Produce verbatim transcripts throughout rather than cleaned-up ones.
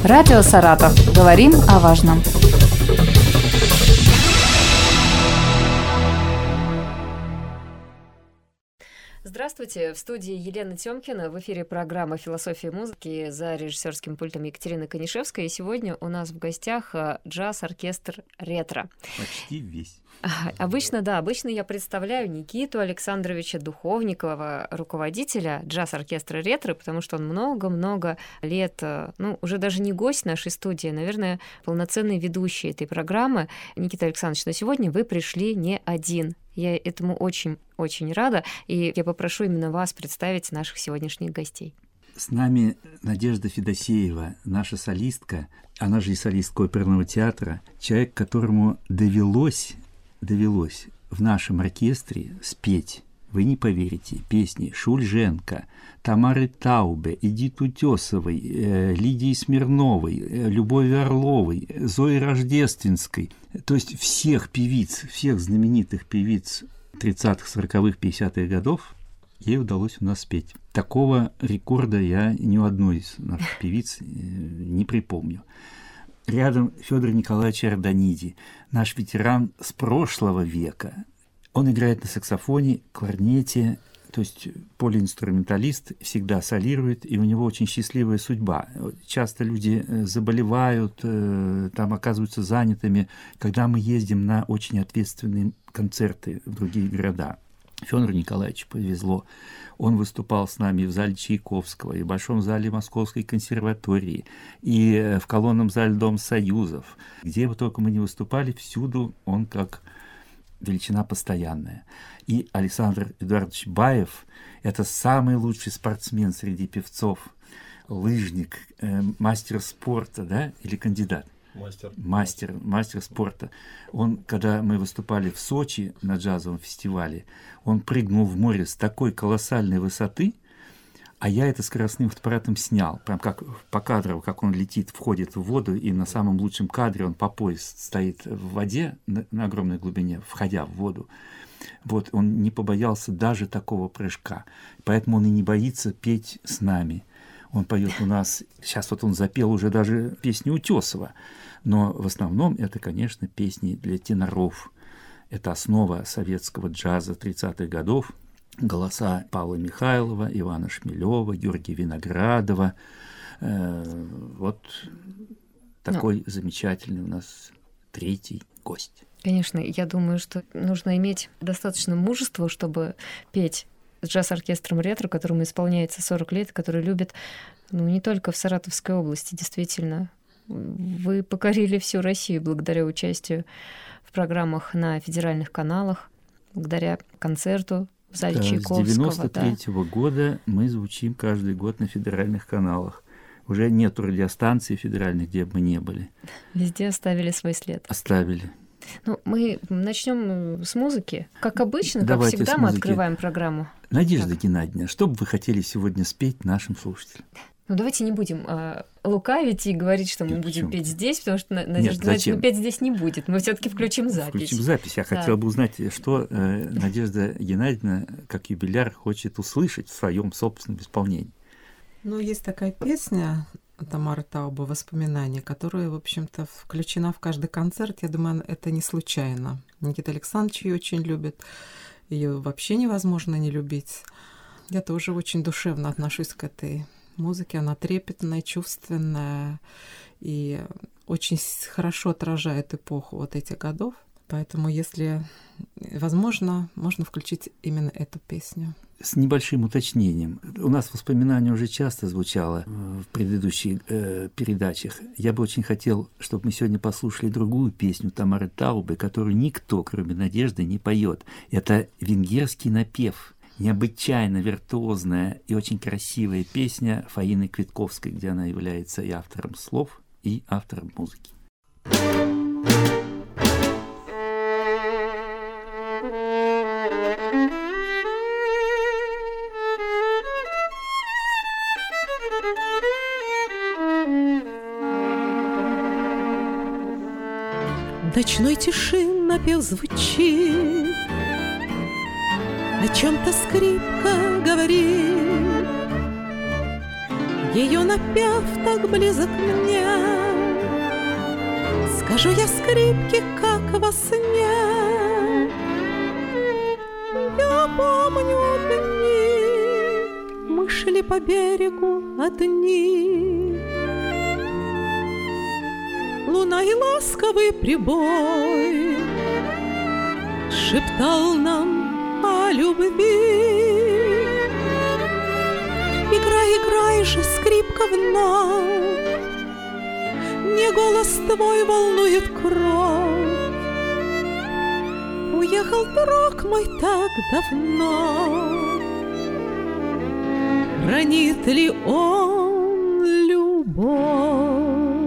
Радио Саратов. Говорим о важном. Здравствуйте, в студии Елена Тёмкина, в эфире программа «Философия музыки» за режиссерским пультом Екатерины Конишевской. И сегодня у нас в гостях джаз-оркестр «Ретро». Почти весь. Обычно, да, обычно я представляю Никиту Александровича Духовникова, руководителя джаз-оркестра «Ретро», потому что он много-много лет, ну, уже даже не гость нашей студии, а, наверное, полноценный ведущий этой программы. Никита Александрович, но сегодня вы пришли не один. Я этому очень-очень рада, и я попрошу именно вас представить наших сегодняшних гостей. С нами Надежда Федосеева, наша солистка, она же и солистка оперного театра, человек, которому довелось, довелось в нашем оркестре спеть, вы не поверите, песни Шульженко, Тамары Таубе, Эдиты Утесовой, э, Лидии Смирновой, э, Любови Орловой, Зои Рождественской. То есть всех певиц, всех знаменитых певиц тридцатых, сороковых, пятидесятых годов ей удалось у нас спеть. Такого рекорда я ни у одной из наших певиц э, не припомню. Рядом Федор Николаевич Ардониди, наш ветеран с прошлого века. Он играет на саксофоне, кларнете, то есть полиинструменталист, всегда солирует, и у него очень счастливая судьба. Часто люди заболевают, там оказываются занятыми, когда мы ездим на очень ответственные концерты в другие города. Федору Николаевичу повезло. Он выступал с нами в зале Чайковского, и в Большом зале Московской консерватории, и в колонном зале Дом Союзов. Где бы только мы не выступали, всюду он как величина постоянная. И Александр Эдуардович Баев – это самый лучший спортсмен среди певцов, лыжник, э, мастер спорта, да, или кандидат? Мастер. Мастер, мастер спорта. Он, когда мы выступали в Сочи на джазовом фестивале, он прыгнул в море с такой колоссальной высоты, а я это скоростным фотоаппаратом снял. Прям как по кадру, как он летит, входит в воду, и на самом лучшем кадре он по пояс стоит в воде на, на огромной глубине, входя в воду. Вот, он не побоялся даже такого прыжка. Поэтому он и не боится петь с нами. Он поет у нас, сейчас вот он запел уже даже песню Утесова. Но в основном это, конечно, песни для теноров. Это основа советского джаза тридцатых годов. Голоса Павла Михайлова, Ивана Шмелева, Георгия Виноградова. Э, вот такой ну, замечательный у нас третий гость. Конечно, я думаю, что нужно иметь достаточно мужества, чтобы петь с джаз-оркестром «Ретро», которому исполняется сорок лет, который любит, ну, не только в Саратовской области, действительно. Вы покорили всю Россию благодаря участию в программах на федеральных каналах, благодаря концерту в зале да, Чайковского. С девяносто третьего да. года мы звучим каждый год на федеральных каналах. Уже нет радиостанций федеральных, где бы мы не были. Везде оставили свой след. Оставили. Ну, мы начнем с музыки. Как обычно, Давайте как всегда, мы открываем программу. Надежда так. Геннадьевна, что бы вы хотели сегодня спеть нашим слушателям? Ну, давайте не будем э, лукавить и говорить, что мы Нет, будем почему? петь здесь, потому что Надежда Геннадьевна петь здесь не будет. Мы все-таки включим запись. Включим запись. Я да. хотела бы узнать, что э, Надежда Геннадьевна, как юбиляр, хочет услышать в своем собственном исполнении. Ну, есть такая песня Тамары Таубе «Воспоминания», которая, в общем-то, включена в каждый концерт. Я думаю, это не случайно. Никита Александрович ее очень любит. Ее вообще невозможно не любить. Я тоже очень душевно отношусь к этой музыке. Она трепетная, чувственная и очень хорошо отражает эпоху вот этих годов. Поэтому, если возможно, можно включить именно эту песню. С небольшим уточнением. У нас воспоминания уже часто звучало в предыдущих э, передачах. Я бы очень хотел, чтобы мы сегодня послушали другую песню Тамары Таубе, которую никто, кроме Надежды, не поет. Это венгерский напев. Необычайно виртуозная и очень красивая песня Фаины Квитковской, где она является и автором слов, и автором музыки. Ночной тиши напев звучит, о чем-то скрипка говорит, ее напев так близок мне. Скажу я скрипке, как во сне. Я помню дни, мы шли по берегу одни. Луна и ласковый прибой шептал нам о любви. Играй, играй же, скрипка, вновь, мне голос твой волнует кровь. Уехал друг мой так давно, хранит ли он любовь?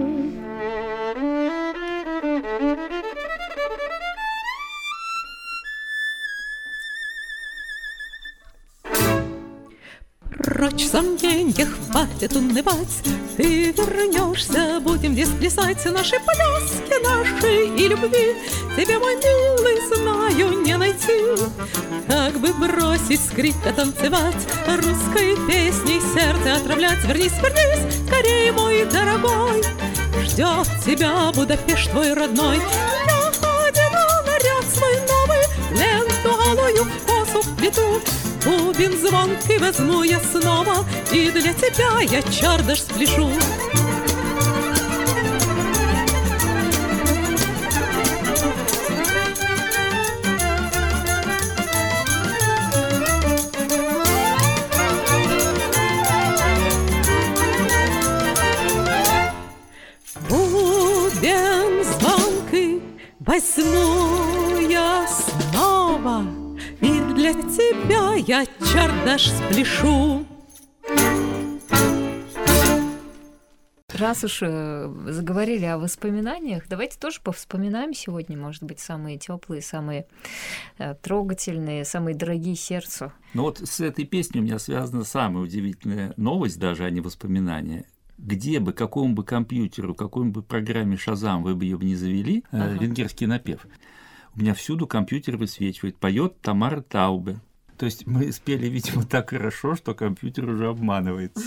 Прочь сомненья, хватит унывать, ты вернешься, будем здесь плясать наши пляски, наши и любви. Тебе, мой милый, знаю, не найти, как бы бросить скрипка танцевать, русской песней сердце отравлять. Вернись, вернись, скорее, мой дорогой, ждет тебя Будапешт твой родной. Я одену наряд свой новый, ленту алую в косу вплету, бубен звонкий возьму я снова, и для тебя я чардаш спляшу. Бубен звонкий возьму я снова, и для тебя я чардаш спляшу. Раз уж э, заговорили о воспоминаниях, давайте тоже повспоминаем сегодня, может быть, самые теплые, самые э, трогательные, самые дорогие сердцу. Ну вот с этой песней у меня связана самая удивительная новость, даже, а не воспоминания. Где бы, какому бы компьютеру, какой бы программе Шазам вы бы ее не завели, ага. э, венгерский напев, у меня всюду компьютер высвечивает, поет Тамара Таубе. То есть мы спели, видимо, так хорошо, что компьютер уже обманывается.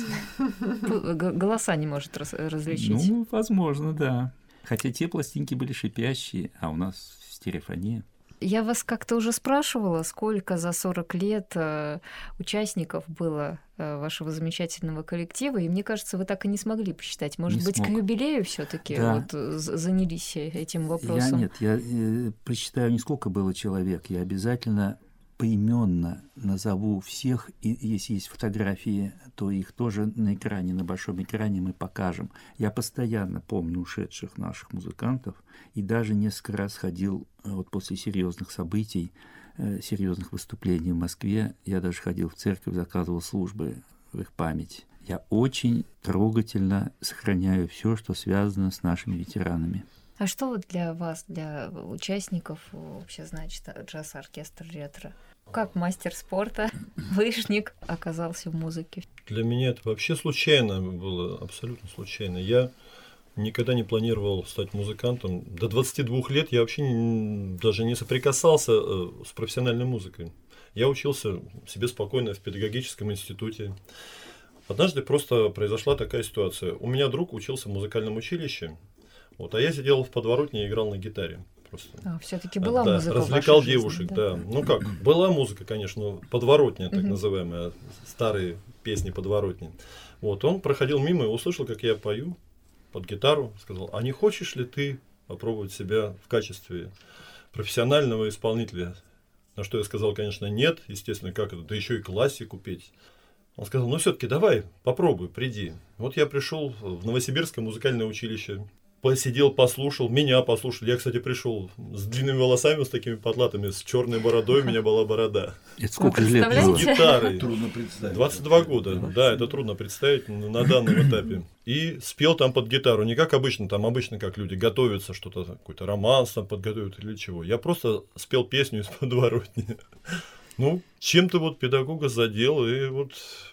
Голоса не может раз- различить. Ну, возможно, да. Хотя те пластинки были шипящие, а у нас стереофония. Я вас как-то уже спрашивала, сколько за сорок лет э, участников было э, вашего замечательного коллектива, и мне кажется, вы так и не смогли посчитать. Может не быть, смог. К юбилею все-таки да. вот, занялись этим вопросом? Я нет, я э, посчитаю, не сколько было человек, я обязательно поименно назову всех, и если есть фотографии, то их тоже на экране, на большом экране мы покажем. Я постоянно помню ушедших наших музыкантов, и даже несколько раз ходил вот после серьезных событий, серьезных выступлений в Москве, я даже ходил в церковь, заказывал службы в их память. Я очень трогательно сохраняю все, что связано с нашими ветеранами. А что вот для вас, для участников вообще значит джаз-оркестр «Ретро»? Как мастер спорта, вышник оказался в музыке? Для меня это вообще случайно было, абсолютно случайно. Я никогда не планировал стать музыкантом. До двадцати двух лет я вообще не, даже не соприкасался с профессиональной музыкой. Я учился себе спокойно в педагогическом институте. Однажды просто произошла такая ситуация. У меня друг учился в музыкальном училище, вот, а я сидел в подворотне и играл на гитаре. Просто. А, все-таки была да, музыка развлекал в вашей девушек, жизни, да. да. Ну как, была музыка, конечно, подворотня, так Мгм. называемая, старые песни подворотни. Вот, он проходил мимо и услышал, как я пою под гитару, сказал: а не хочешь ли ты попробовать себя в качестве профессионального исполнителя? На что я сказал, конечно, нет, естественно, как это, да еще и классику петь. Он сказал: ну все-таки давай, попробуй, приди. Вот я пришел в Новосибирское музыкальное училище, посидел, послушал, меня послушал. Я, кстати, пришел с длинными волосами, с такими потлатыми, с черной бородой, у меня была борода. Это сколько же лет было? С гитарой. Трудно представить. двадцать два года, да, это трудно представить на данном этапе. И спел там под гитару, не как обычно, там обычно как люди готовятся, что-то, какой-то романс там подготовят или чего. Я просто спел песню из подворотни. Ну, чем-то вот педагога задел, и вот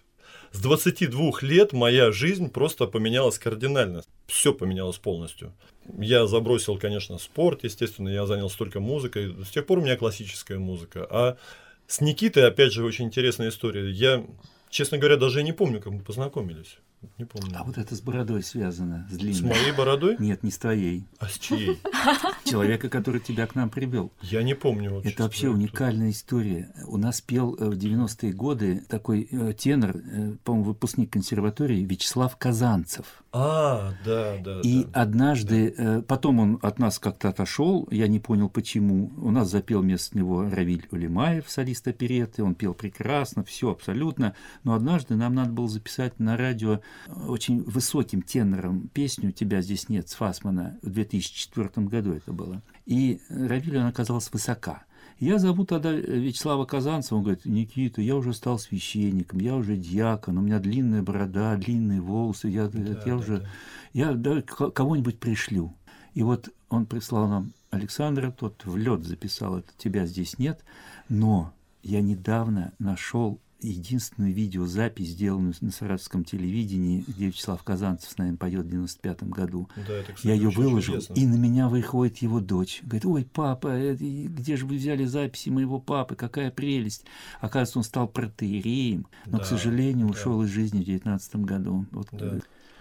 с двадцати двух лет моя жизнь просто поменялась кардинально. Все поменялось полностью. Я забросил, конечно, спорт, естественно, я занялся только музыкой. С тех пор у меня классическая музыка. А с Никитой, опять же, очень интересная история. Я, честно говоря, даже и не помню, как мы познакомились. Не помню. А вот это с бородой связано, с длинной. С моей бородой? Нет, не с твоей. А с чьей? Человека, который тебя к нам привел. Я не помню. Вот, это вообще уникальная история. У нас пел в девяностые годы такой э, тенор, э, по-моему, выпускник консерватории Вячеслав Казанцев. А, да, да. И да, однажды, э, потом он от нас как-то отошел, я не понял почему. У нас запел вместо него Равиль Улимаев, солист оперетты. Он пел прекрасно, все абсолютно. Но однажды нам надо было записать на радио очень высоким тенором песню «Тебя здесь нет» с Фассмана. В две тысячи четвёртом году это было. И Равиль, она оказалась высока. Я зову тогда Вячеслава Казанцева, он говорит: Никита, я уже стал священником, я уже диакон, у меня длинная борода, длинные волосы, я, да, я да, уже, да. я да, кого-нибудь пришлю. И вот он прислал нам Александра, тот в лед записал это «Тебя здесь нет», но я недавно нашел единственную видеозапись, сделанную на саратовском телевидении, где Вячеслав Казанцев с нами поет в девяносто пятом году. Да, это, кстати, я ее выложил, чудесно. И на меня выходит его дочь. Говорит: ой, папа, где же вы взяли записи моего папы, какая прелесть. Оказывается, он стал протоиереем, но, да, к сожалению, ушел да. из жизни в девятнадцатом году. Вот. Да.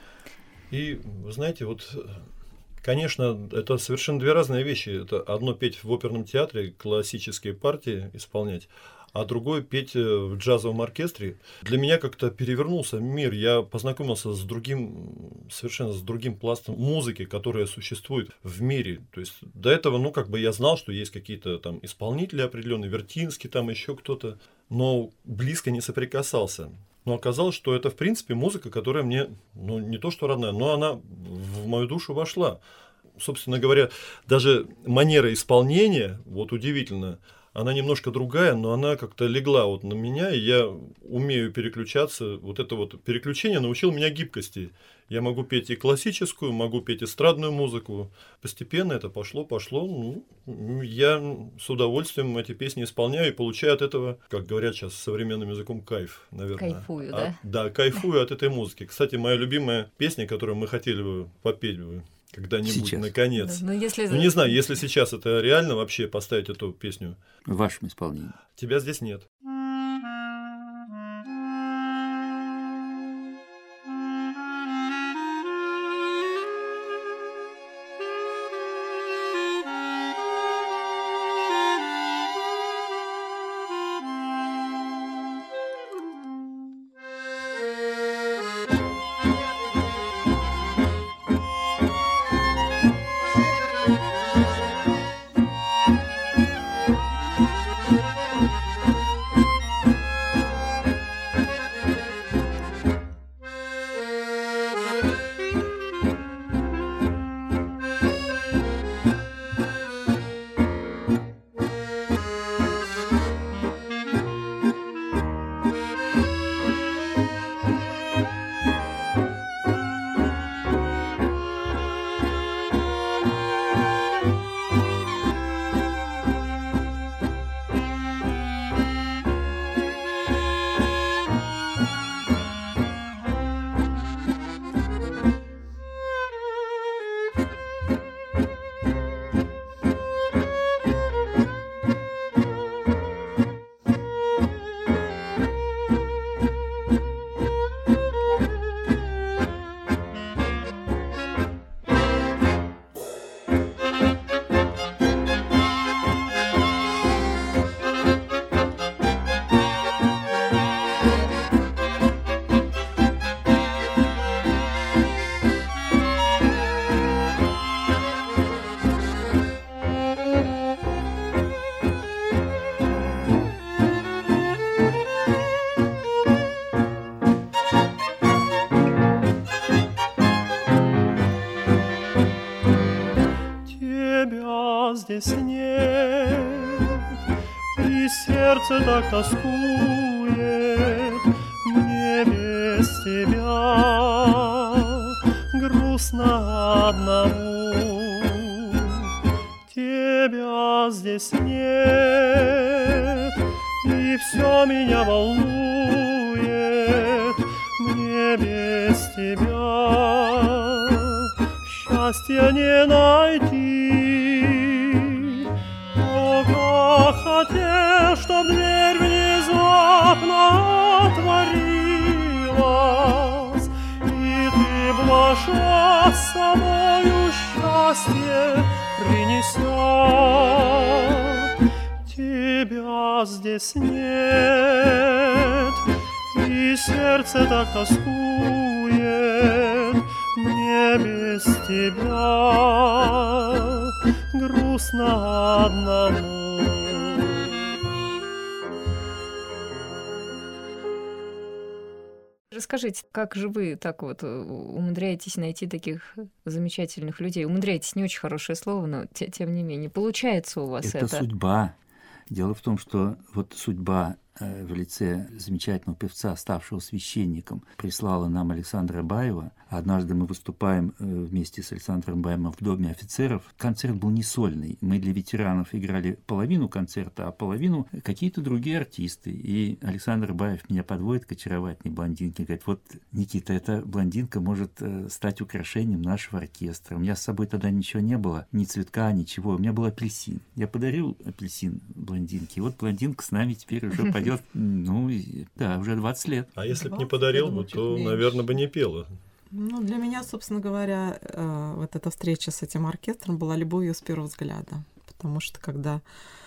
И, вы знаете, вот... Конечно, это совершенно две разные вещи. Это одно петь в оперном театре, классические партии исполнять, а другое петь в джазовом оркестре. Для меня как-то перевернулся мир. Я познакомился с другим, совершенно с другим пластом музыки, которая существует в мире. То есть до этого, ну, как бы я знал, что есть какие-то там исполнители определенные, Вертинский, там еще кто-то, но близко не соприкасался. Но оказалось, что это, в принципе, музыка, которая мне, ну, не то что родная, но она в мою душу вошла. Собственно говоря, даже манера исполнения, вот удивительно, она немножко другая, но она как-то легла вот на меня, и я умею переключаться. Вот это вот переключение научило меня гибкости. Я могу петь и классическую, могу петь эстрадную музыку. Постепенно это пошло, пошло. Ну, я с удовольствием эти песни исполняю и получаю от этого, как говорят сейчас современным языком, кайф, наверное. Кайфую, а, да? Да, кайфую от этой музыки. Кстати, моя любимая песня, которую мы хотели бы попеть бы когда-нибудь, сейчас. наконец. Да, но если... Ну, не знаю, если сейчас это реально вообще поставить эту песню. В вашем исполнении. Тебя здесь нет. Здесь нет, и сердце так тоскует, мне без тебя грустно одному. Тебя здесь нет, и все меня волнует, мне без тебя счастья не найти. Хотел, чтоб дверь внезапно отворилась, и душа с собою счастье принесет. Тебя здесь нет, и сердце так тоскует. Мне без тебя грустно одному. Расскажите, как же вы так вот умудряетесь найти таких замечательных людей? Умудряетесь — не очень хорошее слово, но те, тем не менее, получается у вас это? Это судьба. Дело в том, что вот судьба в лице замечательного певца, ставшего священником, прислала нам Александра Баева. Однажды мы выступаем вместе с Александром Баевым в Доме офицеров. Концерт был не сольный. Мы для ветеранов играли половину концерта, а половину какие-то другие артисты. И Александр Баев меня подводит к очаровательной блондинке. Говорит: вот, Никита, эта блондинка может стать украшением нашего оркестра. У меня с собой тогда ничего не было, ни цветка, ничего. У меня был апельсин. Я подарил апельсин блондинке. И вот блондинка с нами теперь уже пойдет. Ну, да, уже двадцать лет. А если бы не подарил бы, то, наверное, бы не пела. Ну, для меня, собственно говоря, вот эта встреча с этим оркестром была любовью с первого взгляда. Потому что, когда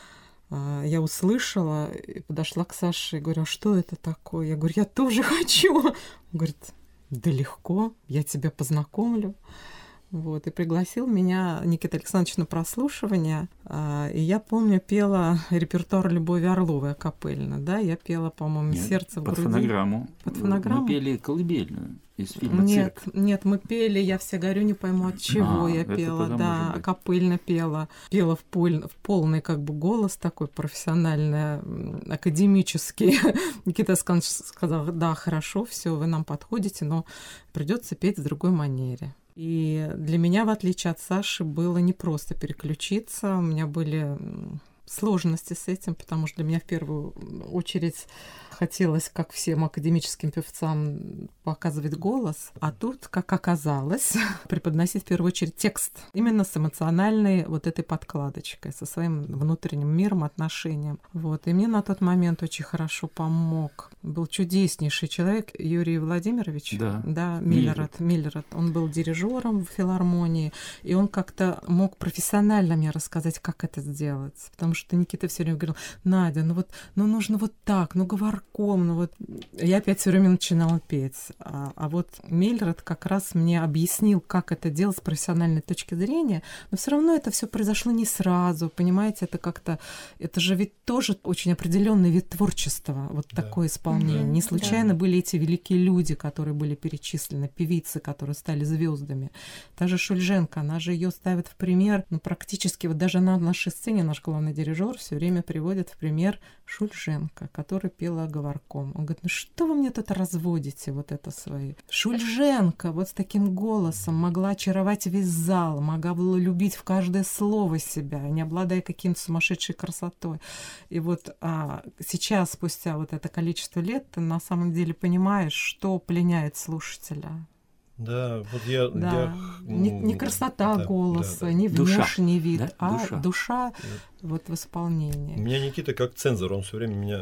я услышала и подошла к Саше и говорю: а что это такое? Я говорю: я тоже хочу. Он говорит: да легко, я тебя познакомлю. Вот, и пригласил меня Никита Александрович на прослушивание. И я помню, пела репертуар Любови Орловой акапельно, да, я пела, по-моему, Нет, «Сердце в под груди». Фонограмму. Под фонограмму? Мы пели колыбельную из фильма Нет, «Цирк». нет, мы пели «Я все горю, не пойму от чего». А, я это пела, тогда да, может быть. акапельно пела. Пела в, поль, в полный как бы голос такой профессиональный, академический. Никита Александрович сказал: да, хорошо, все, вы нам подходите, но придется петь в другой манере. И для меня, в отличие от Саши, было непросто переключиться. У меня были сложности с этим, потому что для меня в первую очередь хотелось, как всем академическим певцам, показывать голос, а тут, как оказалось, преподносить в первую очередь текст, именно с эмоциональной вот этой подкладочкой, со своим внутренним миром, отношением. Вот. И мне на тот момент очень хорошо помог. Был чудеснейший человек Юрий Владимирович, да, да, Миллерат. Миллерат. Он был дирижером в филармонии, и он как-то мог профессионально мне рассказать, как это сделать. Потому что Никита все время говорил: Надя, ну вот, ну нужно вот так, ну говорком, ну вот. Я опять все время начинала петь. А, а вот Миллерат как раз мне объяснил, как это делать с профессиональной точки зрения, но все равно это все произошло не сразу, понимаете, это как-то, это же ведь тоже очень определенный вид творчества, вот да. такое исполнение. Mm-hmm. Не случайно да. были эти великие люди, которые были перечислены, певицы, которые стали звездами. Та же Шульженко, она же ее ставит в пример, ну практически вот даже на нашей сцене наш главный дирижер все время приводит в пример Шульженко, который пела говорком. Он говорит: ну что вы мне тут разводите вот это свои? Шульженко вот с таким голосом могла очаровать весь зал, могла любить в каждое слово себя, не обладая каким-то сумасшедшей красотой. И вот а, сейчас, спустя вот это количество лет, ты на самом деле понимаешь, что пленяет слушателя. Да, вот я... Да. я не, не красота да, голоса, да, да. не Душа, внешний вид, да? а душа, душа вот в исполнении. У меня Никита как цензор, он все время меня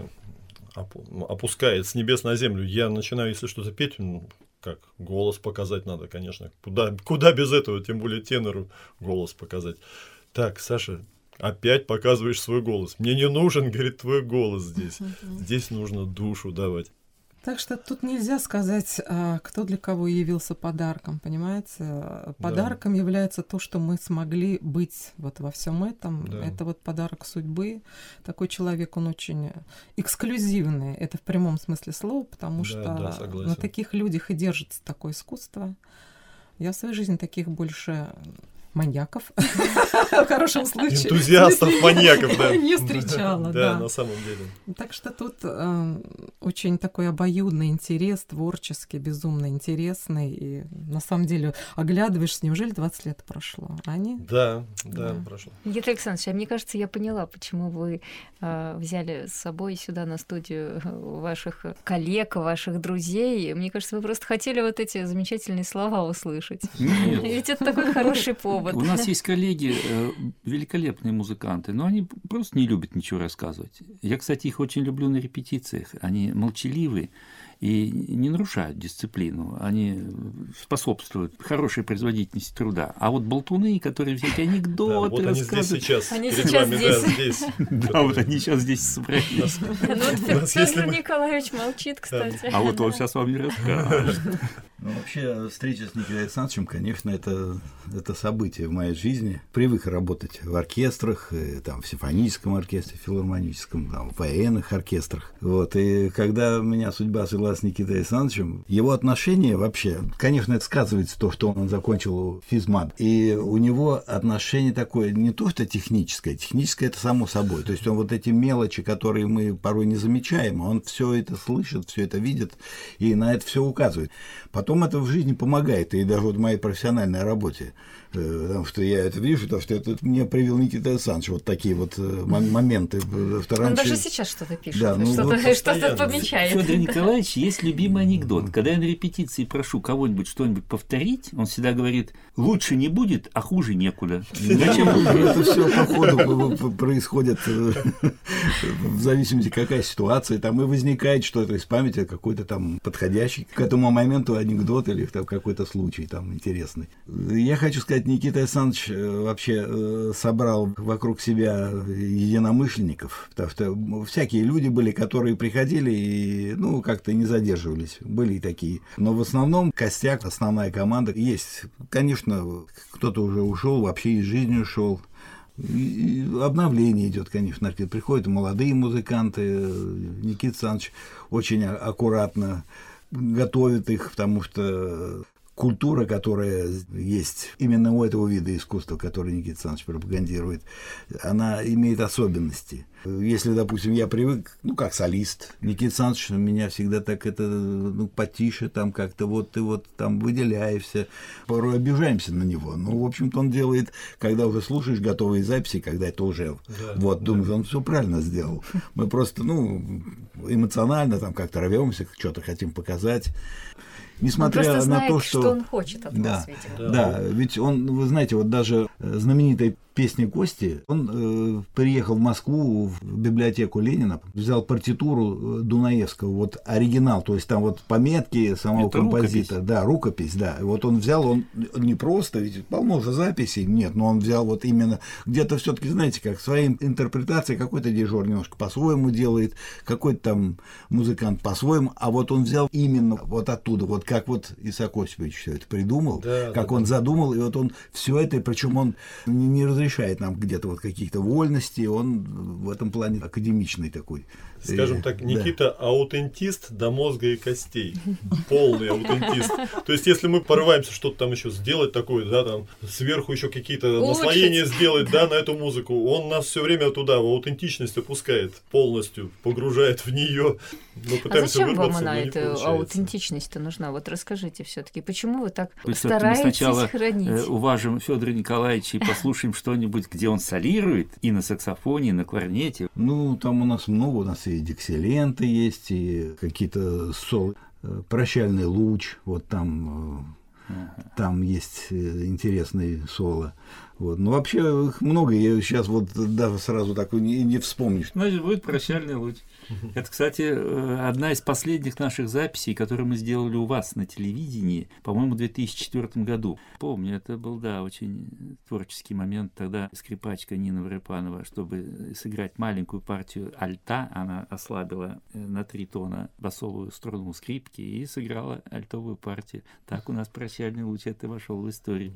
опускает с небес на землю. Я начинаю, если что-то петь, ну, как, голос показать надо, конечно. Куда, куда без этого, тем более тенору голос показать. Так, Саша, опять показываешь свой голос. Мне не нужен, говорит, твой голос здесь. Здесь нужно душу давать. Так что тут нельзя сказать, кто для кого явился подарком, понимаете? Подарком да. является то, что мы смогли быть вот во всем этом. Да. Это вот подарок судьбы. Такой человек, он очень эксклюзивный. Это в прямом смысле слова, потому да, что да, на таких людях и держится такое искусство. Я в своей жизни таких больше... маньяков, в хорошем случае. Энтузиастов, маньяков, да. Не встречала, да. Да, на самом деле. Так что тут э, очень такой обоюдный интерес, творческий, безумно интересный. И на самом деле оглядываешься, неужели двадцать лет прошло? Они? Да, да, да. прошло. Никита Александрович, а мне кажется, я поняла, почему вы э, взяли с собой сюда на студию ваших коллег, ваших друзей. Мне кажется, вы просто хотели вот эти замечательные слова услышать. Нет. Ведь это такой хороший повод. У нас есть коллеги, э, великолепные музыканты, но они просто не любят ничего рассказывать. Я, кстати, их очень люблю на репетициях. Они молчаливы, и не нарушают дисциплину, они способствуют хорошей производительности труда. А вот болтуны, которые всякие анекдоты Да, вот они здесь рассказывают... сейчас. Они перед сейчас вами, здесь. Да, здесь. Да, вот они сейчас здесь собрались. Ну вот Федор Николаевич молчит, кстати. А вот он сейчас вам не расскажет. Ну, вообще, встреча с Николаем Александровичем, конечно, это, это событие в моей жизни. Привык работать в оркестрах, и, там, в симфоническом оркестре, филармоническом, там, в военных оркестрах. Вот. И когда меня судьба свела с Никитой Александровичем, его отношение вообще, конечно, это сказывается то, что он закончил физмат. И у него отношение такое не то, что техническое, техническое это само собой. То есть он вот эти мелочи, которые мы порой не замечаем, он все это слышит, все это видит и на это все указывает. Потом это в жизни помогает, и даже вот в моей профессиональной работе, потому что я это вижу, потому что это мне привел Никита Александрович, вот такие вот моменты. Он Раньше... даже сейчас что-то пишет, да, ну, что-то, вот что-то помечает. Федор Николаевич есть любимый анекдот. Когда я на репетиции прошу кого-нибудь что-нибудь повторить, он всегда говорит: лучше не будет, а хуже некуда. Зачем это все по ходу происходит в зависимости, какая ситуация, там и возникает что-то из памяти, какой-то там подходящий к этому моменту анекдот или там какой-то случай там интересный. Я хочу сказать, Никита Александрович вообще собрал вокруг себя единомышленников, потому что всякие люди были, которые приходили и, ну, как-то не задерживались, были и такие. Но в основном костяк, основная команда есть. Конечно, кто-то уже ушел, вообще из жизни ушел. И обновление идет, конечно, приходят молодые музыканты. Никита Александрович очень аккуратно готовит их, потому что культура, которая есть именно у этого вида искусства, который Никита Александрович пропагандирует, она имеет особенности. Если, допустим, я привык, ну, как солист, Никита Александрович меня всегда так это, ну, потише, там как-то вот ты вот там выделяешься, порой обижаемся на него. Ну, в общем-то, он делает, когда уже слушаешь готовые записи, когда это уже, да, вот, да. Думаешь, он все правильно сделал. Мы просто, ну, эмоционально там как-то рвемся, что-то хотим показать. Несмотря он знает, на то, что... что он хочет от да, вас, видимо. Да, да, ведь он, вы знаете, вот даже знаменитой песни Кости, он э, приехал в Москву, в библиотеку Ленина, взял партитуру Дунаевского, вот оригинал, то есть там вот пометки самого это композитора. Рукопись. Да, рукопись, да. И вот он взял, он не просто, ведь полно же записей, нет, но он взял вот именно, где-то все-таки, знаете, как своей интерпретацией, какой-то дирижер немножко по-своему делает, какой-то там музыкант по-своему, а вот он взял именно вот оттуда, вот как вот Исаак Осипович все это придумал, да, как да, он да. задумал, и вот он все это, причем он не, не разрешает нам где-то вот каких-то вольностей, он в этом плане академичный такой. Скажем так, Никита да. аутентист до мозга и костей, полный аутентист. То есть, если мы порываемся что-то там еще сделать такое, да, там сверху еще какие-то наслоения сделать, да, на эту музыку, он нас все время туда в аутентичность опускает, полностью погружает в нее. Мы пытаемся а зачем вам она эта аутентичность-то нужна? Вот расскажите все-таки, почему вы так вы стараетесь мы сначала хранить? Уважим Федора Николаевича и послушаем что-нибудь, где он солирует и на саксофоне, и на кларнете. Ну, там у нас много, у нас и диксиленты есть, и какие-то соло. «Прощальный луч», вот там, ага. там есть интересные соло. Вот. Ну, вообще их много, я сейчас вот даже сразу так не, не вспомню. Значит, будет «Прощальный луч». Это, кстати, одна из последних наших записей, которые мы сделали у вас на телевидении, по-моему, в две тысячи четвёртом году. Помню, это был, да, очень творческий момент. Тогда скрипачка Нина Варепанова, чтобы сыграть маленькую партию альта, она ослабила на три тона басовую струну скрипки и сыграла альтовую партию. Так у нас «Прощальный луч» это вошел в историю.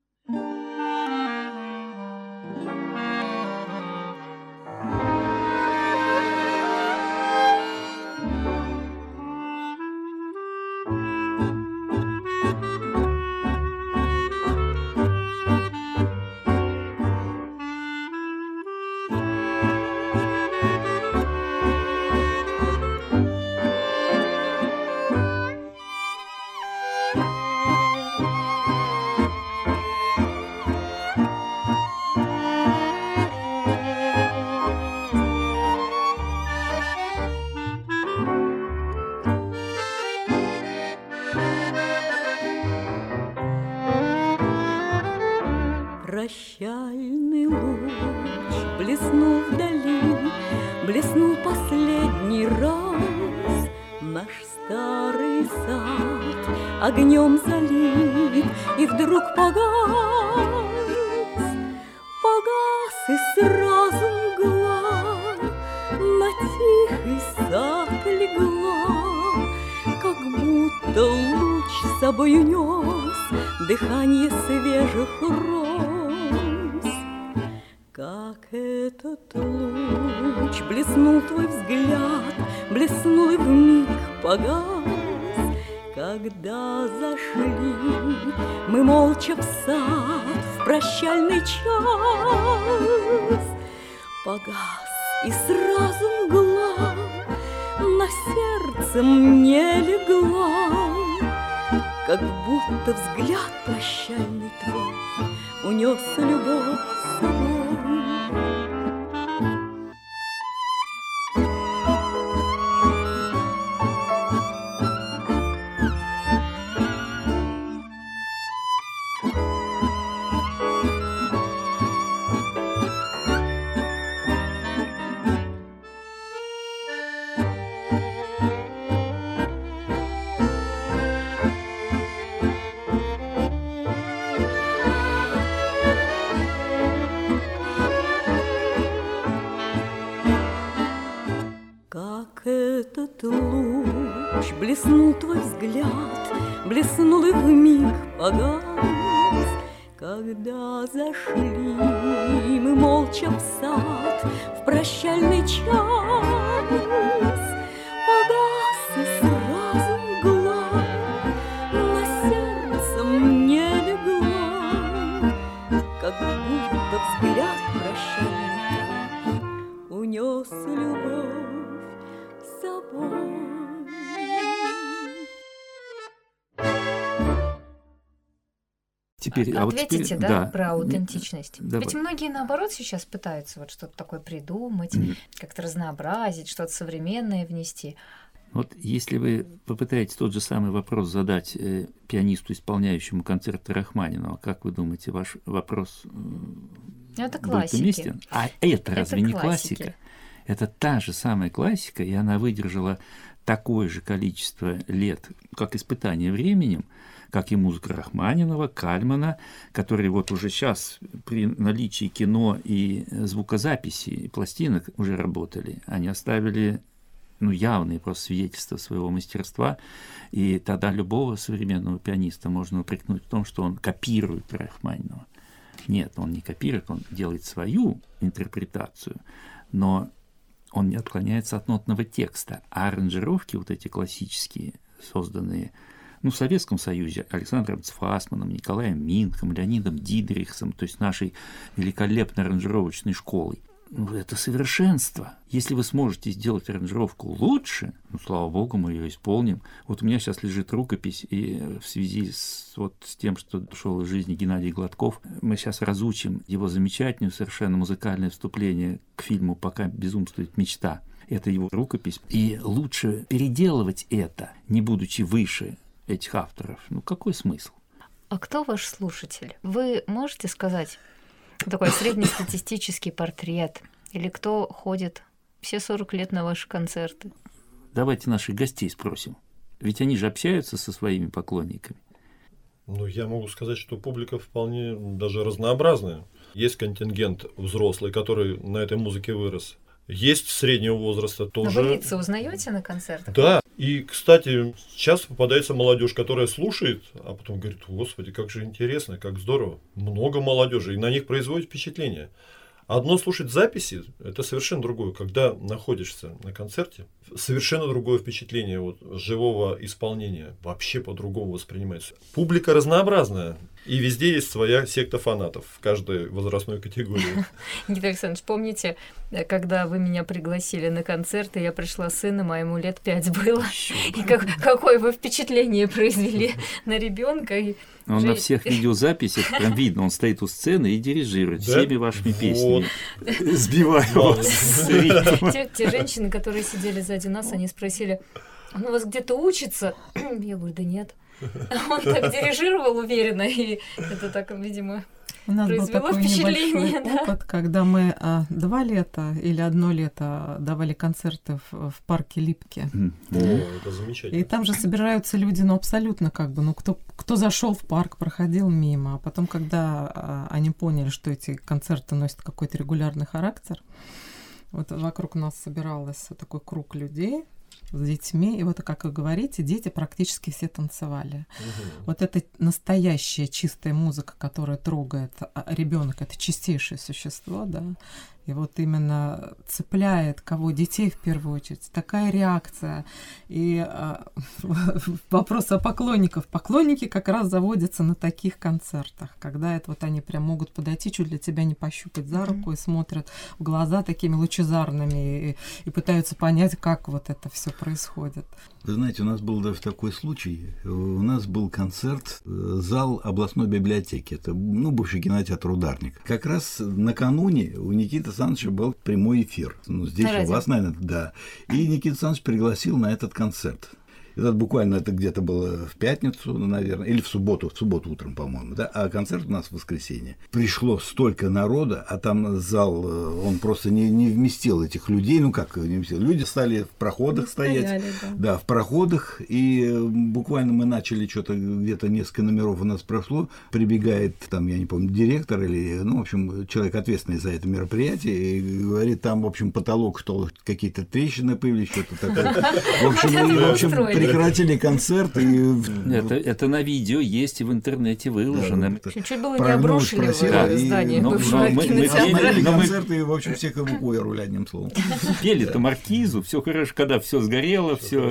Прощальный луч блеснул вдали, блеснул последний раз. Наш старый сад огнем залит, и вдруг погас, погас и сразу мгла на тихий сад легла, как будто луч с собою нес дыхание свежих роз. Как этот луч блеснул твой взгляд, блеснул и вмиг погас, когда зашли мы молча в сад в прощальный час. Погас и сразу мгла на сердце мне легла, как будто взгляд прощальный твой унес любовь с собой. Этот луч блеснул твой взгляд, блеснул и вмиг погас, когда зашли мы молча в сад в прощальный час. Погас и сразу мгла на сердце мне легла, как будто взгляд прощальный твой унес любовь. Теперь, а, а вот ответите, теперь, да, да, про аутентичность? Давай. Ведь многие, наоборот, сейчас пытаются вот что-то такое придумать, mm. как-то разнообразить, что-то современное внести. Вот если вы попытаетесь тот же самый вопрос задать э, пианисту, исполняющему концерты Рахманинова, как вы думаете, ваш вопрос э, это будет уместен? А это разве это не классики. классика? Это та же самая классика, и она выдержала такое же количество лет, как испытание временем, как и музыка Рахманинова, Кальмана, которые вот уже сейчас при наличии кино и звукозаписи и пластинок уже работали. Они оставили ну, явные просто свидетельства своего мастерства, и тогда любого современного пианиста можно упрекнуть в том, что он копирует Рахманинова. Нет, он не копирует, он делает свою интерпретацию, но он не отклоняется от нотного текста, а аранжировки вот эти классические, созданные ну, в Советском Союзе Александром Цфасманом, Николаем Минком, Леонидом Дидрихсом, то есть нашей великолепной аранжировочной школой, ну, это совершенство. Если вы сможете сделать аранжировку лучше, ну, слава богу, мы ее исполним. Вот у меня сейчас лежит рукопись, и в связи с, вот, с тем, что ушел из жизни Геннадий Гладков, мы сейчас разучим его замечательное совершенно музыкальное вступление к фильму «Пока безумствует мечта». Это его рукопись. И лучше переделывать это, не будучи выше этих авторов. Ну, какой смысл? А кто ваш слушатель? Вы можете сказать такой среднестатистический портрет? Или кто ходит все сорок лет на ваши концерты? Давайте наших гостей спросим. Ведь они же общаются со своими поклонниками. Ну, я могу сказать, что публика вполне даже разнообразная. Есть контингент взрослый, который на этой музыке вырос. Есть среднего возраста тоже. Но вы лица узнаете на концертах? Да. И, кстати, часто попадается молодежь, которая слушает, а потом говорит: господи, как же интересно, как здорово. Много молодежи, и на них производит впечатление. Одно слушать записи – это совершенно другое. Когда находишься на концерте, совершенно другое впечатление вот, живого исполнения. Вообще по-другому воспринимается. Публика разнообразная. И везде есть своя секта фанатов в каждой возрастной категории. Никита Александрович, помните, когда вы меня пригласили на концерт, и я пришла с сыном, а ему лет пять было? И как, какое вы впечатление произвели на ребенка? Он Же... на всех видеозаписях, прям видно, он стоит у сцены и дирижирует да? всеми вашими вот. песнями, сбивая вас. Те женщины, которые сидели сзади нас, они спросили: он у вас где-то учится? Я говорю: да нет. Он так дирижировал уверенно, и это так, видимо, У нас был произвело такой впечатление, небольшой да. опыт, когда мы а, два лета или одно лето давали концерты в, в парке Липки. О, это замечательно. И там же собираются люди, ну, абсолютно как бы, ну, кто, кто зашел в парк, проходил мимо. А потом, когда а, они поняли, что эти концерты носят какой-то регулярный характер, вот вокруг нас собирался такой круг людей с детьми, и вот, как вы говорите, дети практически все танцевали. Угу. Вот это настоящая чистая музыка, которая трогает ребенок, это чистейшее существо, да, и вот именно цепляет кого? Детей в первую очередь. Такая реакция. И а, вопрос о поклонниках. Поклонники как раз заводятся на таких концертах, когда это вот они прям могут подойти, чуть для тебя не пощупать за руку, mm-hmm. и смотрят в глаза такими лучезарными и, и пытаются понять, как вот это все происходит. Вы знаете, у нас был даже такой случай. У нас был концерт, зал областной библиотеки. Это, ну, бывший кинотеатр «Ударник». Как раз накануне у Никиты Александровича был прямой эфир. Ну, здесь у вас, наверное, да. И Никита Александрович пригласил на этот концерт. Это буквально это где-то было в пятницу, наверное, или в субботу, в субботу утром, по-моему, да, а концерт у нас в воскресенье. Пришло столько народа, а там зал, он просто не, не вместил этих людей, ну как не вместил, люди стали в проходах стоять, стояли, да. да, в проходах, и буквально мы начали что-то, где-то несколько номеров у нас прошло, прибегает там, я не помню, директор или, ну, в общем, человек, ответственный за это мероприятие, и говорит, там, в общем, потолок, что какие-то трещины появились, что-то такое. В общем, в общем, прекратили концерт. И... Это, это на видео есть и в интернете выложено. Да, чуть было не обрушили в здание бывшего кинотеатра. Мы концерты, и, в общем, всех эвакуировали, одним словом. Пели-то маркизу, все хорошо, когда все сгорело, все.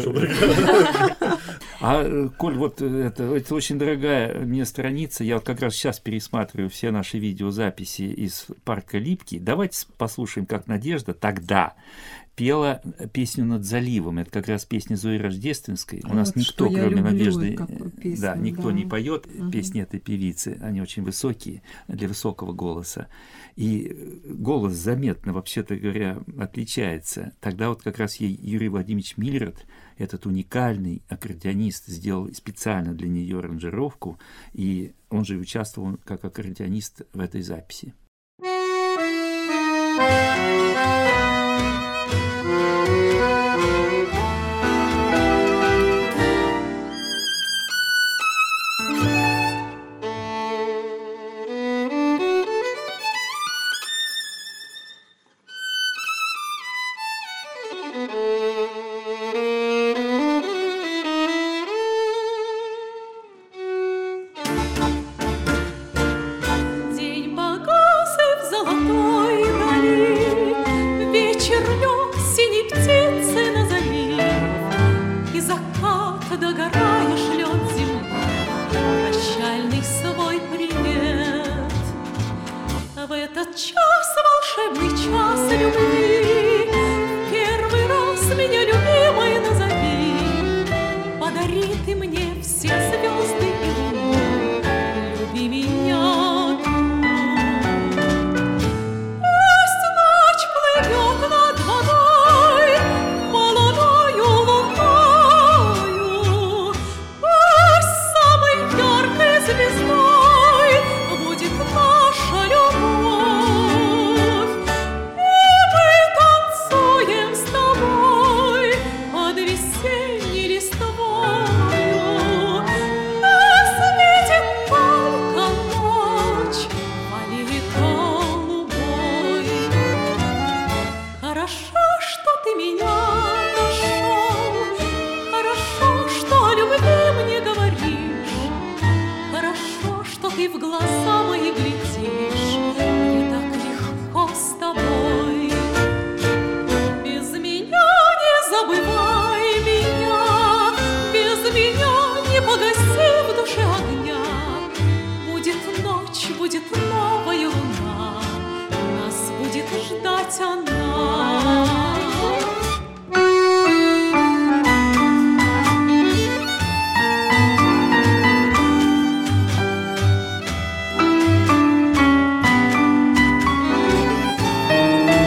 А, Коль, вот это, это очень дорогая мне страница. Я вот как раз сейчас пересматриваю все наши видеозаписи из парка Липки. Давайте послушаем, как Надежда тогда пела песню «Над заливом». Это как раз песня Зои Рождественской. У нас вот никто, кроме люблю, Надежды, песню, да, никто да. не поет угу. песни этой певицы. Они очень высокие, для высокого голоса. И голос заметно, вообще-то говоря, отличается. Тогда вот как раз ей Юрий Владимирович Миллерд, этот уникальный аккордеонист, сделал специально для нее аранжировку, и он же участвовал как аккордеонист в этой записи. День погас и в золотой дали, вечер лег синей птицы на залив, и закат догорая шлет земля прощальный свой привет. В этот час, волшебный час любви, в первый раз меня, любимой, назови, подари ты мне все звезды и луну, люби меня. Пусть ночь плывет над водой молодою луною, пусть самой яркой звездой будет наша любовь, и мы танцуем с тобой под весенней листвою. Нас видит только ночь, полит голубой. Хорошо, что ты меня нашел, хорошо, что о любви мне говоришь, хорошо, что ты в глаза мои глядишь, мне так легко с тобой. Без меня не забывай меня, без меня не погаси в душе огня. Будет ночь, будет новая луна, нас будет ждать она. Thank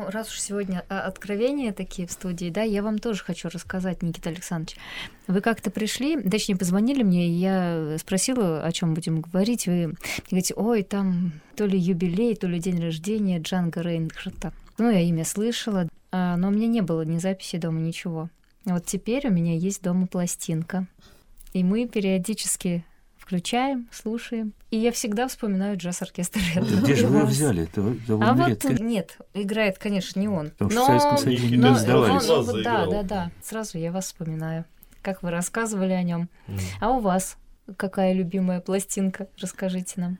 Ну, раз уж сегодня откровения такие в студии, да, я вам тоже хочу рассказать, Никита Александрович. Вы как-то пришли, точнее, позвонили мне, и я спросила, о чем будем говорить. Вы говорите, ой, там то ли юбилей, то ли день рождения Джанго Рейнхарта. Ну, я имя слышала, но у меня не было ни записи дома, ничего. Вот теперь у меня есть дома пластинка, и мы периодически включаем, слушаем. И я всегда вспоминаю джаз-оркестр «Ретро». Где же вы его взяли? Это довольно а вот редко. Нет, играет, конечно, не он. Потому что но, в Советском Союзе не но, издавались. он, вот, да, да, да. Сразу я вас вспоминаю, как вы рассказывали о нем. Mm. А у вас какая любимая пластинка? Расскажите нам.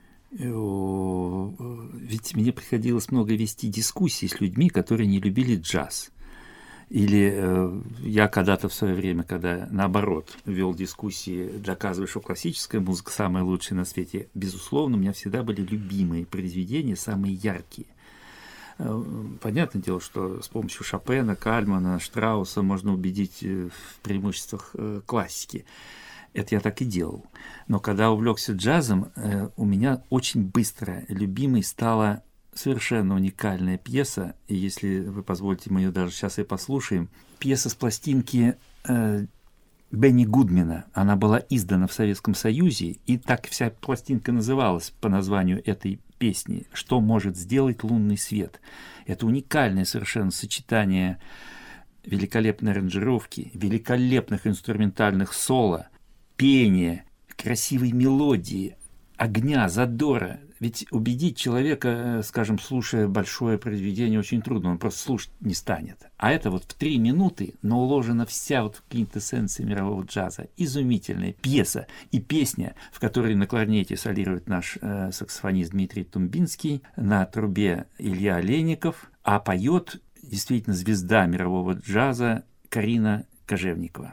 Ведь мне приходилось много вести дискуссий с людьми, которые не любили джаз. Или э, я когда-то в свое время, когда наоборот вел дискуссии, доказывая, что классическая музыка самая лучшая на свете, безусловно, у меня всегда были любимые произведения, самые яркие. Э, понятное дело, что с помощью Шопена, Кальмана, Штрауса можно убедить в преимуществах э, классики. Это я так и делал. Но когда увлекся джазом, э, у меня очень быстро любимой стала совершенно уникальная пьеса, и если вы позволите, мы ее даже сейчас и послушаем. Пьеса с пластинки э, Бенни Гудмена. Она была издана в Советском Союзе, и так вся пластинка называлась по названию этой песни «Что может сделать лунный свет». Это уникальное совершенно сочетание великолепной аранжировки, великолепных инструментальных соло, пения, красивой мелодии, огня, задора. Ведь убедить человека, скажем, слушая большое произведение, очень трудно, он просто слушать не станет. А это вот в три минуты, но уложена вся вот квинтэссенция мирового джаза. Изумительная пьеса и песня, в которой на кларнете солирует наш э, саксофонист Дмитрий Тумбинский, на трубе Илья Олейников, а поет действительно звезда мирового джаза Карина Кожевникова.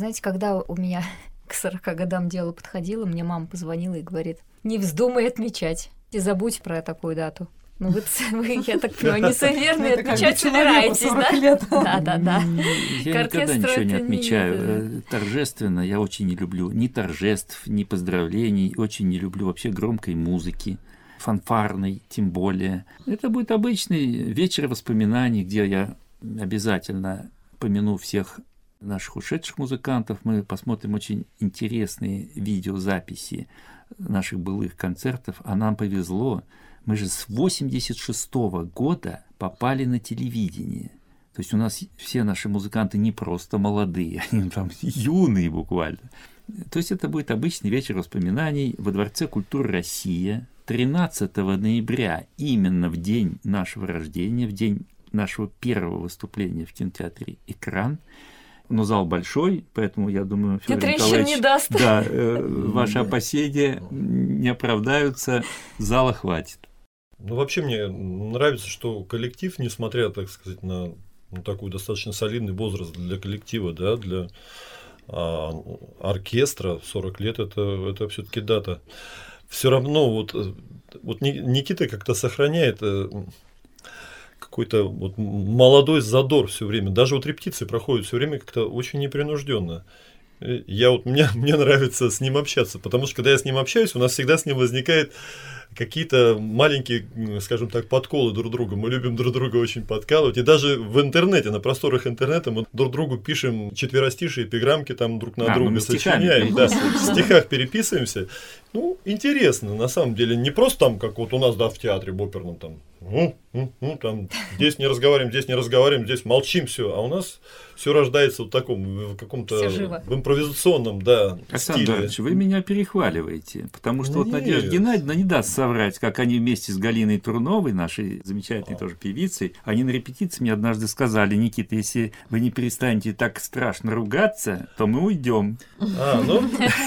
знаете, когда у меня к сорока годам дело подходило, мне мама позвонила и говорит: не вздумай отмечать, и забудь про такую дату. Ну, вы, вы, я так понимаю, несоверно отмечать собираетесь, да? Да, да, да. Я никогда ничего не отмечаю торжественно. Я очень не люблю ни торжеств, ни поздравлений. Очень не люблю вообще громкой музыки, фанфарной тем более. Это будет обычный вечер воспоминаний, где я обязательно помяну всех наших ушедших музыкантов. Мы посмотрим очень интересные видеозаписи наших былых концертов. А нам повезло. Мы же с восемьдесят шестого года попали на телевидение. То есть у нас все наши музыканты не просто молодые, они там юные буквально. То есть это будет обычный вечер воспоминаний во Дворце культуры «Россия» тринадцатого ноября, именно в день нашего рождения, в день нашего первого выступления в кинотеатре «Экран». Но зал большой, поэтому, я думаю, Федор Николаевич, не даст. Да, э, ваши опасения не оправдаются, зала хватит. Ну, вообще мне нравится, что коллектив, несмотря, так сказать, на ну, такой достаточно солидный возраст для коллектива, да, для а, оркестра, сорок лет, это, это все-таки дата. Все равно вот, вот Никита как-то сохраняет какой-то вот молодой задор все время. Даже вот репетиции проходят все время как-то очень непринужденно. Я вот, мне, мне нравится с ним общаться, потому что когда я с ним общаюсь, у нас всегда с ним возникает какие-то маленькие, скажем так, подколы друг друга. Мы любим друг друга очень подкалывать. И даже в интернете, на просторах интернета мы друг другу пишем четверостишие, эпиграммки там друг на а, друга сочиняем. Да, в стихах переписываемся. Ну, интересно, на самом деле. Не просто там, как вот у нас, да, в театре, в оперном, там, ну, ну, ну, там, здесь не разговариваем, здесь не разговариваем, здесь молчим, все. А у нас все рождается в таком, в каком-то, в импровизационном, да, Александр стиле. Иванович, вы меня перехваливаете, потому что ну, вот Надежда Геннадьевна не даст соврать, как они вместе с Галиной Труновой, нашей замечательной а. тоже певицей, они на репетиции мне однажды сказали: Никита, если вы не перестанете так страшно ругаться, то мы уйдем. А, ну,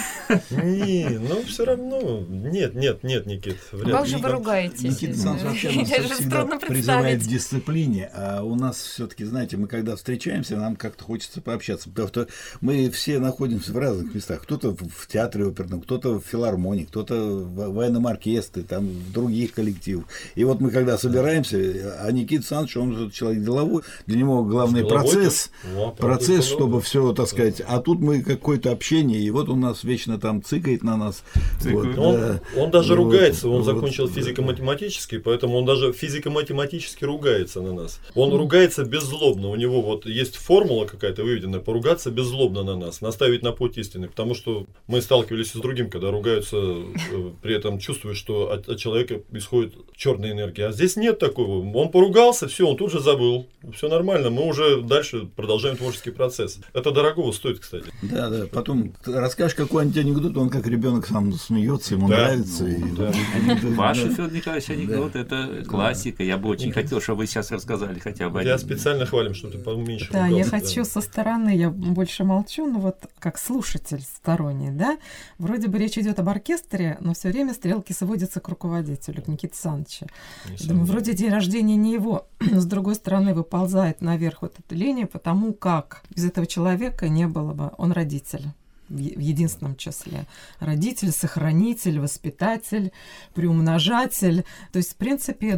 не, ну все равно, нет, нет, нет, Никит. Вы уже вы ругаетесь. Никита Александрович вообще нас всегда призывает к дисциплине, а у нас все-таки, знаете, мы когда встречаемся, нам как-то хочется пообщаться, потому что мы все находимся в разных местах. Кто-то в театре оперном, кто-то в филармонии, кто-то в военном оркестре, там в других коллективах. И вот мы когда собираемся, а Никита Александрович, он же человек деловой, для него главный процесс, О, процесс, чтобы все, так сказать, а тут мы какое-то общение, и вот он нас вечно там цыкает на нас. Вот, он, да. он даже вот, ругается, он вот, закончил вот, физико-математический, поэтому он даже физико-математически ругается на нас. Он ругается беззлобно, у него вот есть формула какая-то выведенная, поругаться беззлобно на нас, наставить на путь истины, потому что мы сталкивались с другим, когда ругаются, при этом чувствуют, что от, от человека исходит черная энергия, а здесь нет такого. Он поругался, все, он тут же забыл, все нормально, мы уже дальше продолжаем творческий процесс. Это дорогого стоит, кстати. Да, да, потом расскажешь какой-нибудь анекдот, он как ребенок сам смеется, ему да, нравится. Ну, и... да. Ваш, Федор Николаевич, анекдот да. это классика. Я бы очень хотел, чтобы вы сейчас рассказали хотя бы. Я один. специально хвалим, что ты поменьше. Да, я хочу со стороны, я больше молчу, но вот как слушатель сторонний, да, вроде бы речь идет об оркестре, но все время стрелки сводятся к руководителю, к Никите Александровичу. Думаю, вроде день рождения не его, но с другой стороны выползает наверх вот эта линия, потому как без этого человека не было бы, он родитель. В единственном числе. Родитель, сохранитель, воспитатель, приумножатель. То есть, в принципе,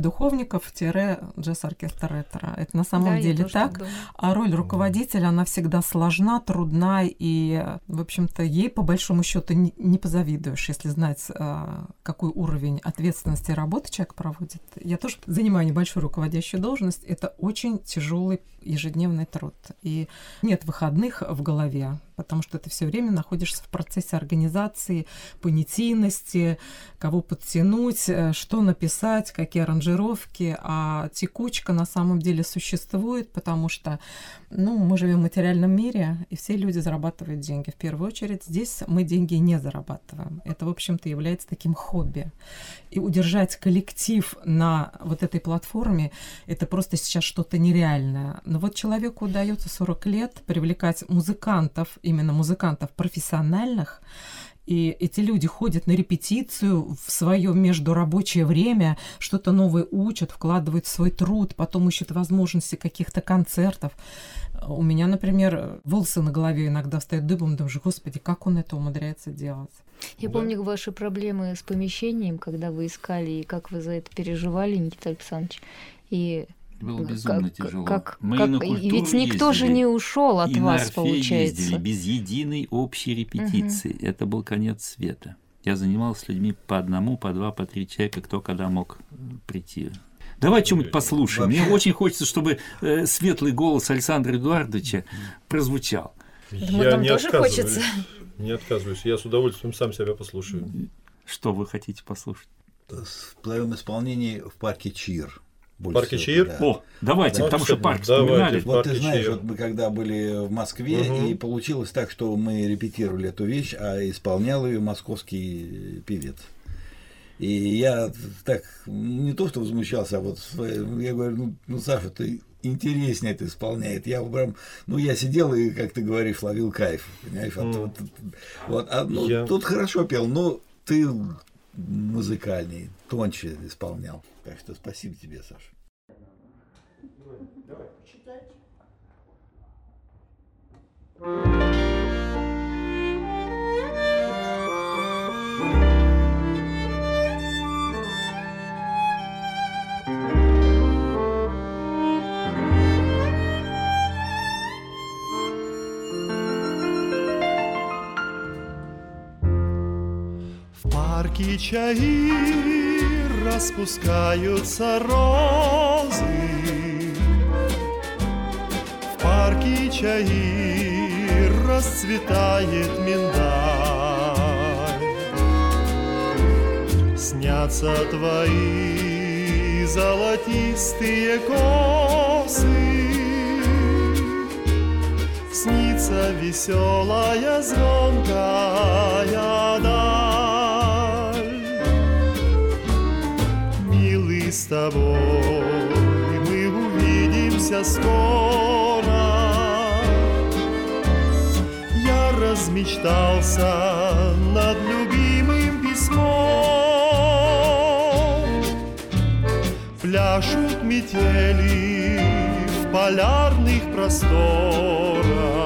духовников-джаз-оркестр ретро. Это на самом да, деле так. так а роль руководителя, она всегда сложна, трудна, и, в общем-то, ей, по большому счету не, не позавидуешь, если знать, какой уровень ответственности и работы человек проводит. Я тоже занимаю небольшую руководящую должность. Это очень тяжелый ежедневный труд. И нет выходных в голове, потому что ты все время находишься в процессе организации, понятийности, кого подтянуть, что написать, какие аранжировки. А текучка на самом деле существует, потому что ну, мы живем в материальном мире, и все люди зарабатывают деньги. В первую очередь здесь мы деньги не зарабатываем. Это, в общем-то, является таким хобби. И удержать коллектив на вот этой платформе – это просто сейчас что-то нереальное. Но вот человеку удается сорок лет привлекать музыкантов, именно музыкантов профессиональных, И эти люди ходят на репетицию в свое междурабочее время, что-то новое учат, вкладывают в свой труд, потом ищут возможности каких-то концертов. У меня, например, волосы на голове иногда встают дыбом, думаю, господи, как он это умудряется делать. Я Да. помню ваши проблемы с помещением, когда вы искали, и как вы за это переживали, Никита Александрович. И Было безумно как- тяжело. как- Мы как- и на и культуру ведь никто же ездили, не ушел от и на вас, Орфей получается. ездили без единой общей репетиции. Это был конец света. Я занимался с людьми по одному, по два, по три человека, кто когда мог э, прийти. Давай что-нибудь послушаем. Мне очень хочется, чтобы э, светлый голос Александра Эдуардовича прозвучал. Думаю, Я нам не тоже отказываюсь. хочется. Не отказываюсь. Я с удовольствием сам себя послушаю. Что вы хотите послушать? В твоем исполнении в парке Чир. В парке Чир? О, давайте, Да, потому что парк давайте. вспоминали. Вот ты парке знаешь, Чир. вот мы когда были в Москве, Мгм. и получилось так, что мы репетировали эту вещь, а исполнял ее московский певец. И я так не то что возмущался, а вот я говорю, ну, ну Саша, ты интереснее это исполняет. Я прям, ну я сидел и, как ты говоришь, ловил кайф, понимаешь? Вот, Mm. вот, вот, а, ну, Я- тут хорошо пел, но ты музыкальней, тоньше исполнял. Так что спасибо тебе, Саша. В парке Чаир распускаются розы. В парке Чаир расцветает миндаль. Снятся твои золотистые косы. Снится веселая звонкая даль. Милый, с тобой мы увидимся скоро. Я размечтался над любимым письмом. Пляшут метели в полярных просторах.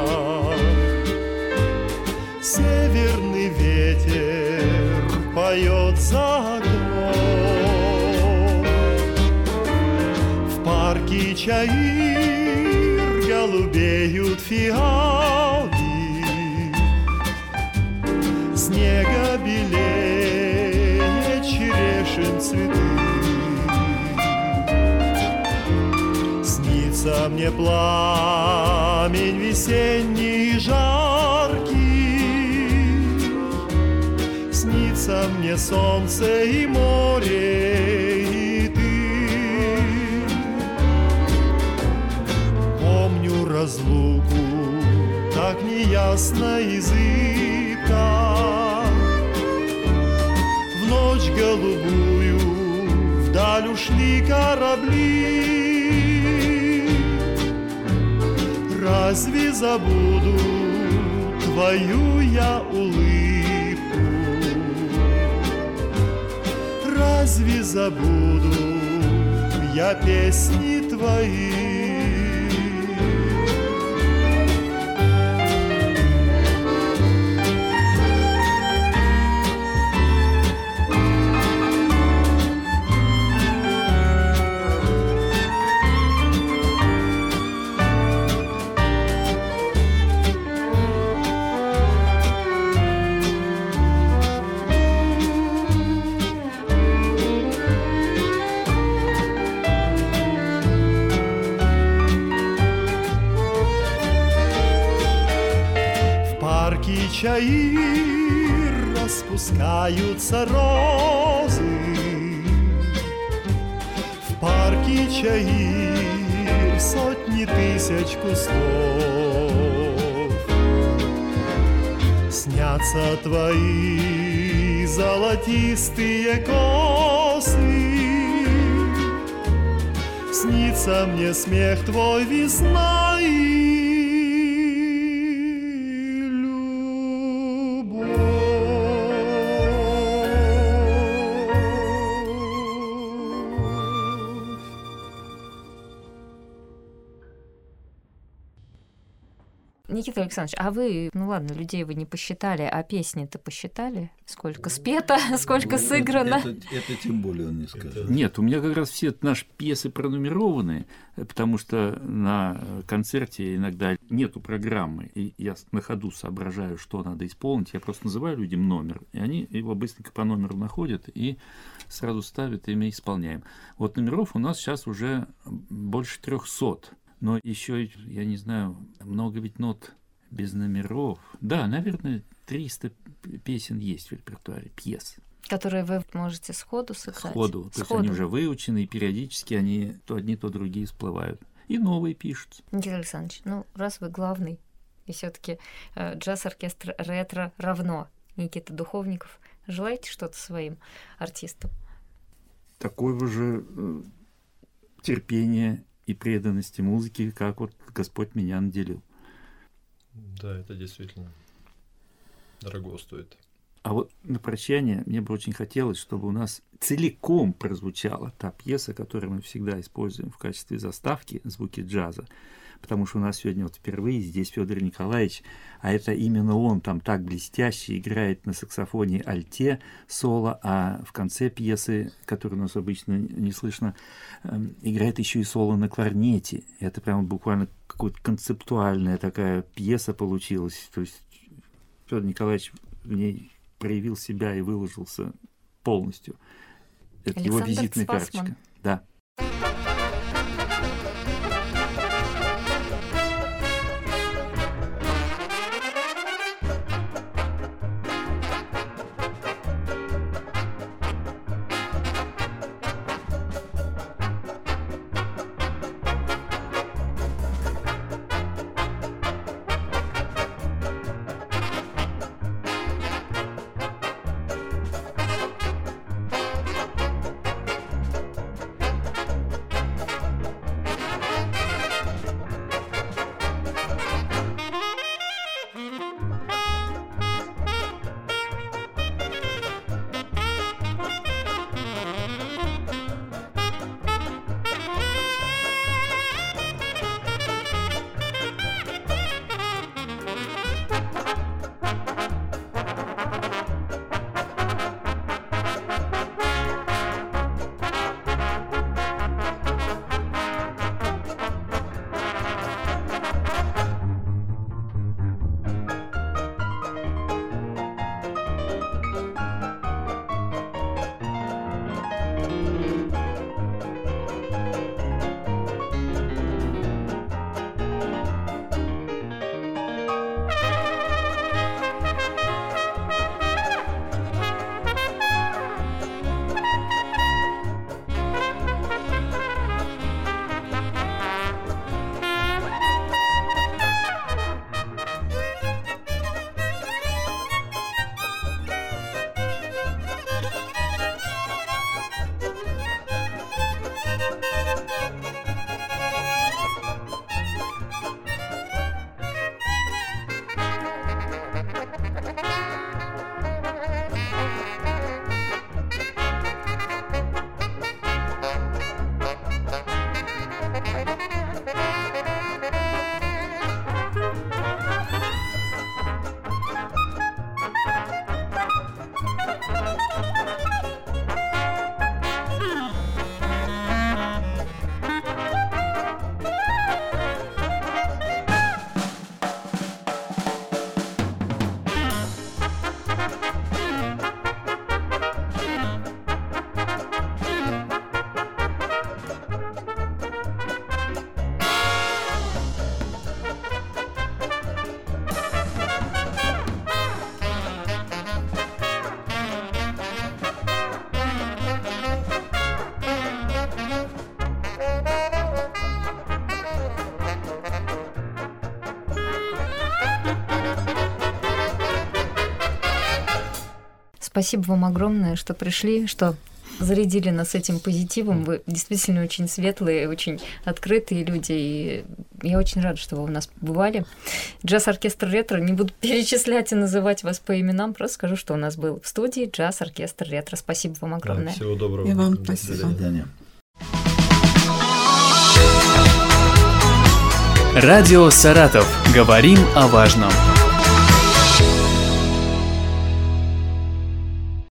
Северный ветер поет за окном. В парке Чаир голубеют фиалки. Снега белее черешин цветы. Снится мне пламень весенний жаркий. Снится мне солнце и море, и ты. Помню разлуку, так неясно и зыбко. В ночь голубую вдаль ушли корабли. Разве забуду твою я улыбку? Разве забуду я песни твои? Чаир распускаются розы. В парке Чаир сотни тысяч кустов. Снятся твои золотистые косы. Снится мне смех твой весна и любовь. Никита Александрович, а вы, ну ладно, людей вы не посчитали, а песни-то посчитали? Сколько спето, сколько сыграно? Это, это, это тем более он не скажет. Нет, у меня как раз все наши пьесы пронумерованы, потому что на концерте иногда нету программы, и я на ходу соображаю, что надо исполнить. Я просто называю людям номер, и они его быстренько по номеру находят и сразу ставят, и мы исполняем. Вот номеров у нас сейчас уже больше трехсот. Но еще, я не знаю, много ведь нот без номеров. Да, наверное, триста песен есть в репертуаре, пьес. Которые вы можете сходу сыграть? Сходу. То есть они уже выучены, и периодически они то одни, то другие всплывают. И новые пишутся. Никита Александрович, ну, раз вы главный, и все таки э, джаз-оркестр ретро равно Никита Духовников, желаете что-то своим артистам? Такого же э, терпения и преданности музыке, как вот Господь меня наделил. Да, это действительно дорого стоит. А вот на прощание мне бы очень хотелось, чтобы у нас целиком прозвучала та пьеса, которую мы всегда используем в качестве заставки «Звуки джаза», потому что у нас сегодня вот впервые здесь Федор Николаевич, а это именно он там так блестяще играет на саксофоне альте соло, а в конце пьесы, которую у нас обычно не слышно, играет еще и соло на кларнете. Это прямо буквально какая-то концептуальная такая пьеса получилась. То есть Федор Николаевич в ней проявил себя и выложился полностью. Это Александр его визитная Цвасман. карточка. Да. Спасибо вам огромное, что пришли, что зарядили нас этим позитивом. Вы действительно очень светлые, очень открытые люди, и я очень рада, что вы у нас бывали. Джаз-оркестр ретро, не буду перечислять и называть вас по именам, просто скажу, что у нас был в студии джаз-оркестр ретро. Спасибо вам огромное. Да, всего доброго. И вам До спасибо. свидания. До свидания. Радио «Саратов». Говорим о важном.